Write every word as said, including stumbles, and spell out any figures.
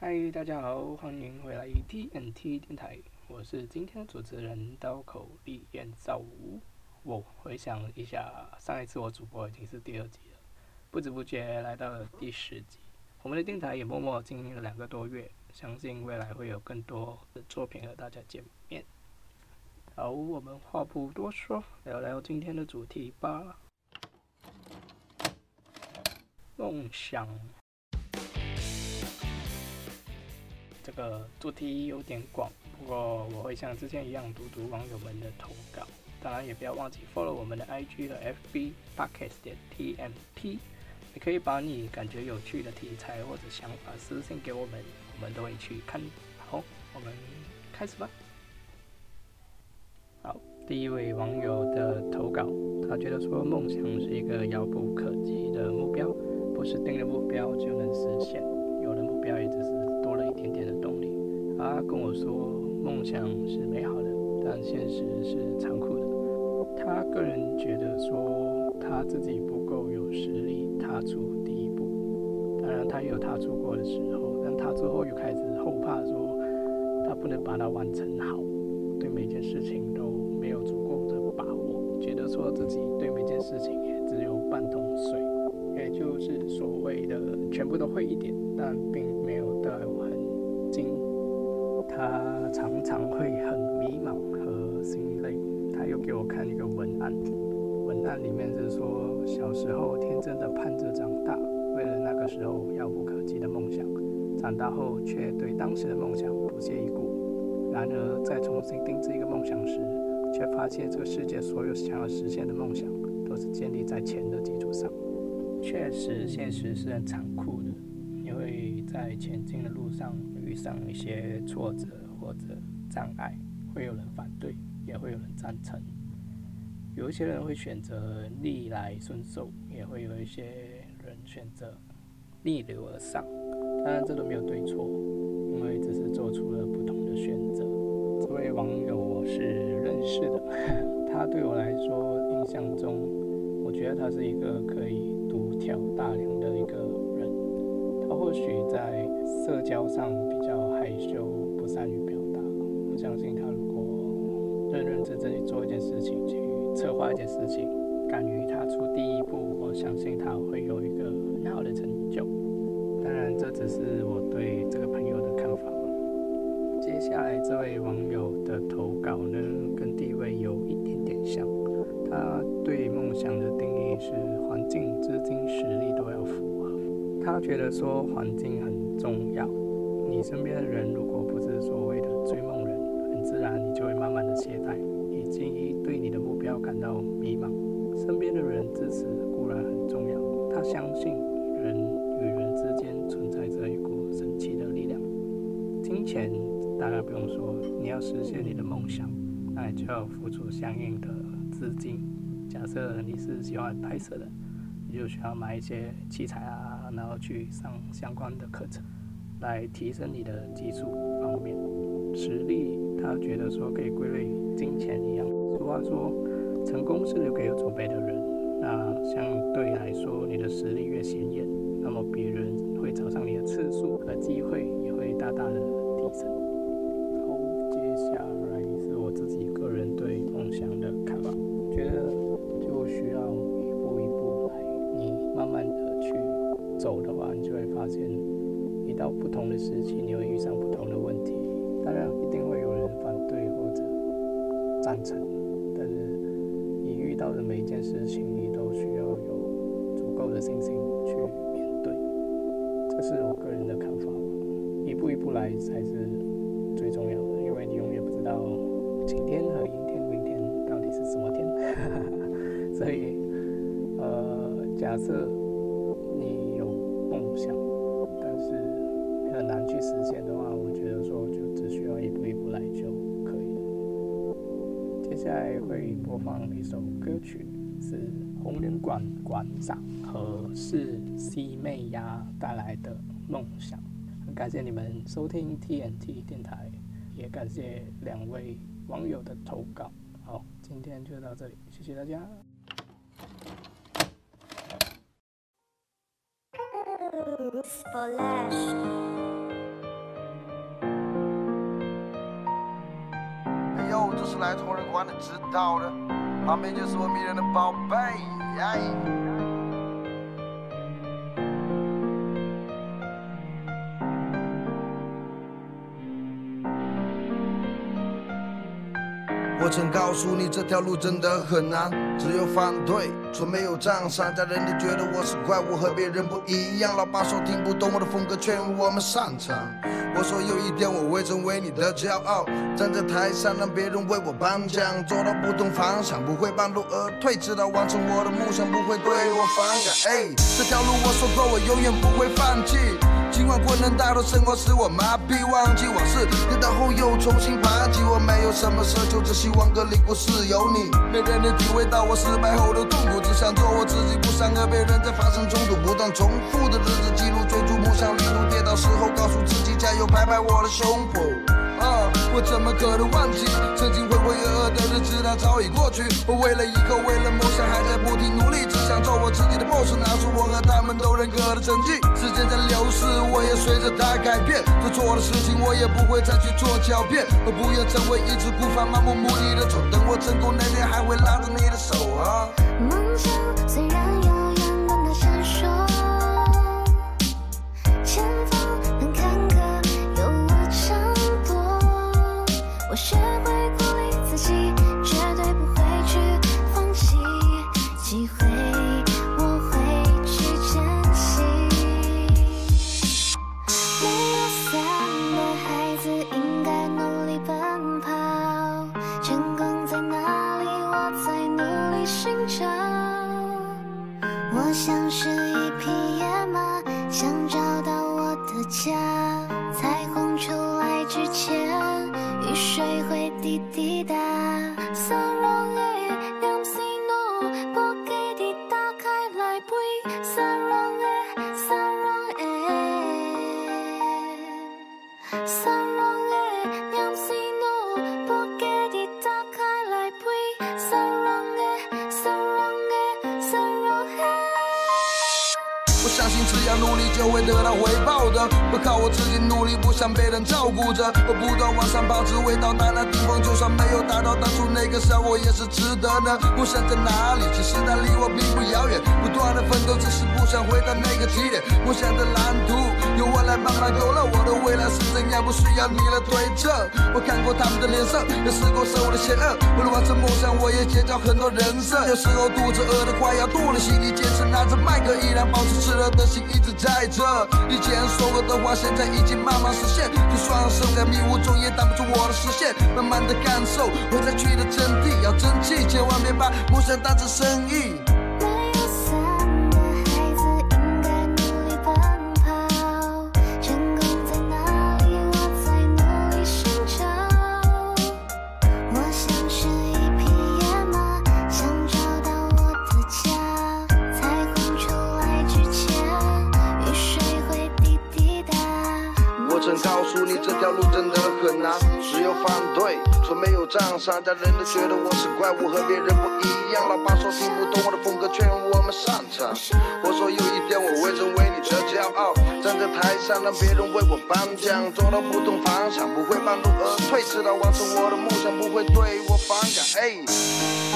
嗨，大家好，欢迎回来 T N T 电台，我是今天的主持人刀口利彦造武。我回想一下，上一次我主播已经是第二集了，不知不觉来到了第十集。我们的电台也默默经营了两个多月，相信未来会有更多的作品和大家见面。好，我们话不多说，聊聊今天的主题吧。梦想。这个主题有点广，不过我会像之前一样读读网友们的投稿，当然也不要忘记 follow 我们的 I G 和 F B podcast 点 T M T， 也可以把你感觉有趣的题材或者想法私信给我们，我们都会去看。好，我们开始吧。好，第一位网友的投稿，他觉得说梦想是一个遥不可及的目标，不是定了目标就能实现，有了目标也只是多了一点点的动力。他跟我说，梦想是美好的，但现实是残酷的。他个人觉得说，他自己不够有实力踏出第一步。当然，他也有踏出过的时候，但踏出后又开始后怕说，他不能把它完成好，对每件事情都没有足够的把握，觉得说自己对每件事情也只有半桶水，也就是所谓的全部都会一点，但并没有到很精。他常常会很迷茫和心累。他又给我看一个文案，文案里面是说，小时候天真的盼着长大，为了那个时候遥不可及的梦想，长大后却对当时的梦想不屑一顾。然而在重新定制一个梦想时，却发现这个世界所有想要实现的梦想都是建立在钱的基础上。确实，现实是很残酷的，你会在前进的路上遇上一些挫折或者障碍，会有人反对，也会有人赞成。有一些人会选择逆来顺受，也会有一些人选择逆流而上。当然，这都没有对错，因为只是做出了不同的选择。这位网友我是认识的，他对我来说，印象中，我觉得他是一个可以独挑大梁的一个人。他或许在社交上比较害羞，不善于表达。我相信他如果认认真真去做一件事情，去策划一件事情，敢于踏出第一步，我相信他会有一个很好的成就。当然，这只是我对这个朋友的看法。接下来这位网友的投稿呢，跟第一位有一点点像。他对梦想的定义是环境、资金、实力都要符合。他觉得说环境很重要，你身边的人如果不是所谓的追梦人，很自然你就会慢慢的懈怠，以及对你的目标感到迷茫。身边的人支持固然很重要，他相信人与人之间存在着一股神奇的力量。金钱当然不用说，你要实现你的梦想，那你就要付出相应的资金。假设你是喜欢拍摄的，你就需要买一些器材啊，然后去上相关的课程，来提升你的技术方面。实力，他觉得说可以归类于金钱一样。俗话说，成功是留给有准备的人。那相对来说，你的实力越显眼，那么别人会找上你的次数和机会也会大大的提升。好，接下来是我自己个人对梦想的看法，觉得就需要一步一步来，你慢慢的去走的话，你就会发现，遇到不同的时期，你会遇上不同的问题。当然，一定会有人反对或者赞成，但是你遇到的每一件事情，你都需要有足够的信心去面对。这是我个人的看法吧。一步一步来才是最重要的，因为你永远不知道晴天和阴天、明天到底是什么天。所以，呃，假设你有梦想，但是很难去实现的话，我觉得说就只需要一步一步来就可以了。接下来会播放一首歌曲，是红人馆馆长和是 C 妹呀带来的《梦想》。很感谢你们收听 T N T 电台，也感谢两位网友的投稿。好，今天就到这里，谢谢大家。 Splash. 后，这是来同人馆的知道的，旁边就是我迷人的宝贝。哎我曾告诉你这条路真的很难，只有反对，却没有赞赏。家人都觉得我是怪物，和别人不一样。老爸说听不懂我的风格，劝我们擅长。我说有一天我会成为你的骄傲，站在台上让别人为我颁奖，走到不同方向，不会半路而退，直到完成我的梦想，不会对我反感。哎，这条路我说过，我永远不会放弃。尽管困难大多生活使我麻痹，忘记往事，跌倒后又重新爬起。我没有什么奢求，只希望歌里故事有你。没人能体会到我失败后的痛苦，只想做我自己，不想和别人再发生冲突。不断重复的日子记录，追逐梦想旅途，跌倒时候告诉自己加油，拍拍我的胸脯。啊，我怎么可能忘记曾经浑浑噩噩的日子，那早已过去。我为了以后，为了梦想，还在不停努力，只想做我自己的 boss， 拿出我和他们都认可的成绩。时间在流逝，我也随着它改变，做错的事情我也不会再去做狡辩。我不愿成为一只孤帆，漫无目的的走，等我成功那天，还会拉着你的手啊。 梦想虽然遥远，但它闪烁，前方很坎坷，有我掌舵。我学会鼓励自己，绝对不会去放弃机会，我会去珍惜。没有伞的孩子应该努力奔跑，成功在哪里，我在努力寻找。我像是一匹野马，想找到我的家。彩虹出来之前，雨水会滴滴答。사랑의 냄새 너 보게滴打开来陪。사랑의 사랑의 사랑의 냄새 너 보게滴打开来陪。사랑의 사랑의 사랑의。 我相信只要努力就会得到回报的，不靠我自己努力，不想被人照顾着。我不断往上跑，只为到达那顶峰，就算没有达到当初那个效果，也是值得的。梦想在哪里？其实它离我并不遥远，不断的奋斗，只是不想回到那个起点。梦想的蓝图由我来慢慢勾勒，我的未来是怎样，不需要你来推测。我看过他们的脸色，也试过生活的险恶，为了完成梦想，我也结交很多人生。有时候肚子饿得快要吐了，心里坚持拿着麦克，依然保持炽热的心一直在这。以前说过的话，现在已经慢慢实现，就算生在迷雾中，也挡不住我的视线。慢慢的感受活下去的真谛，要争气，千万别把梦想当成生意。 没有伞的孩子应该努力奔跑，成功在哪里，我在努力寻找。我像是一匹野马，想找到我的家。彩虹出来之前，雨水会滴滴答。 我曾告诉你这条路真的很难，只有反对，却没有赞赏。家人都觉得我是怪物，和别人不一样。老爸说听不懂我的风格，劝我们擅长。我说有一天我会成为你的骄傲，站在台上让别人为我颁奖，走到不同方向，不会半路而退，直到完成我的梦想，不会对我反感。哎。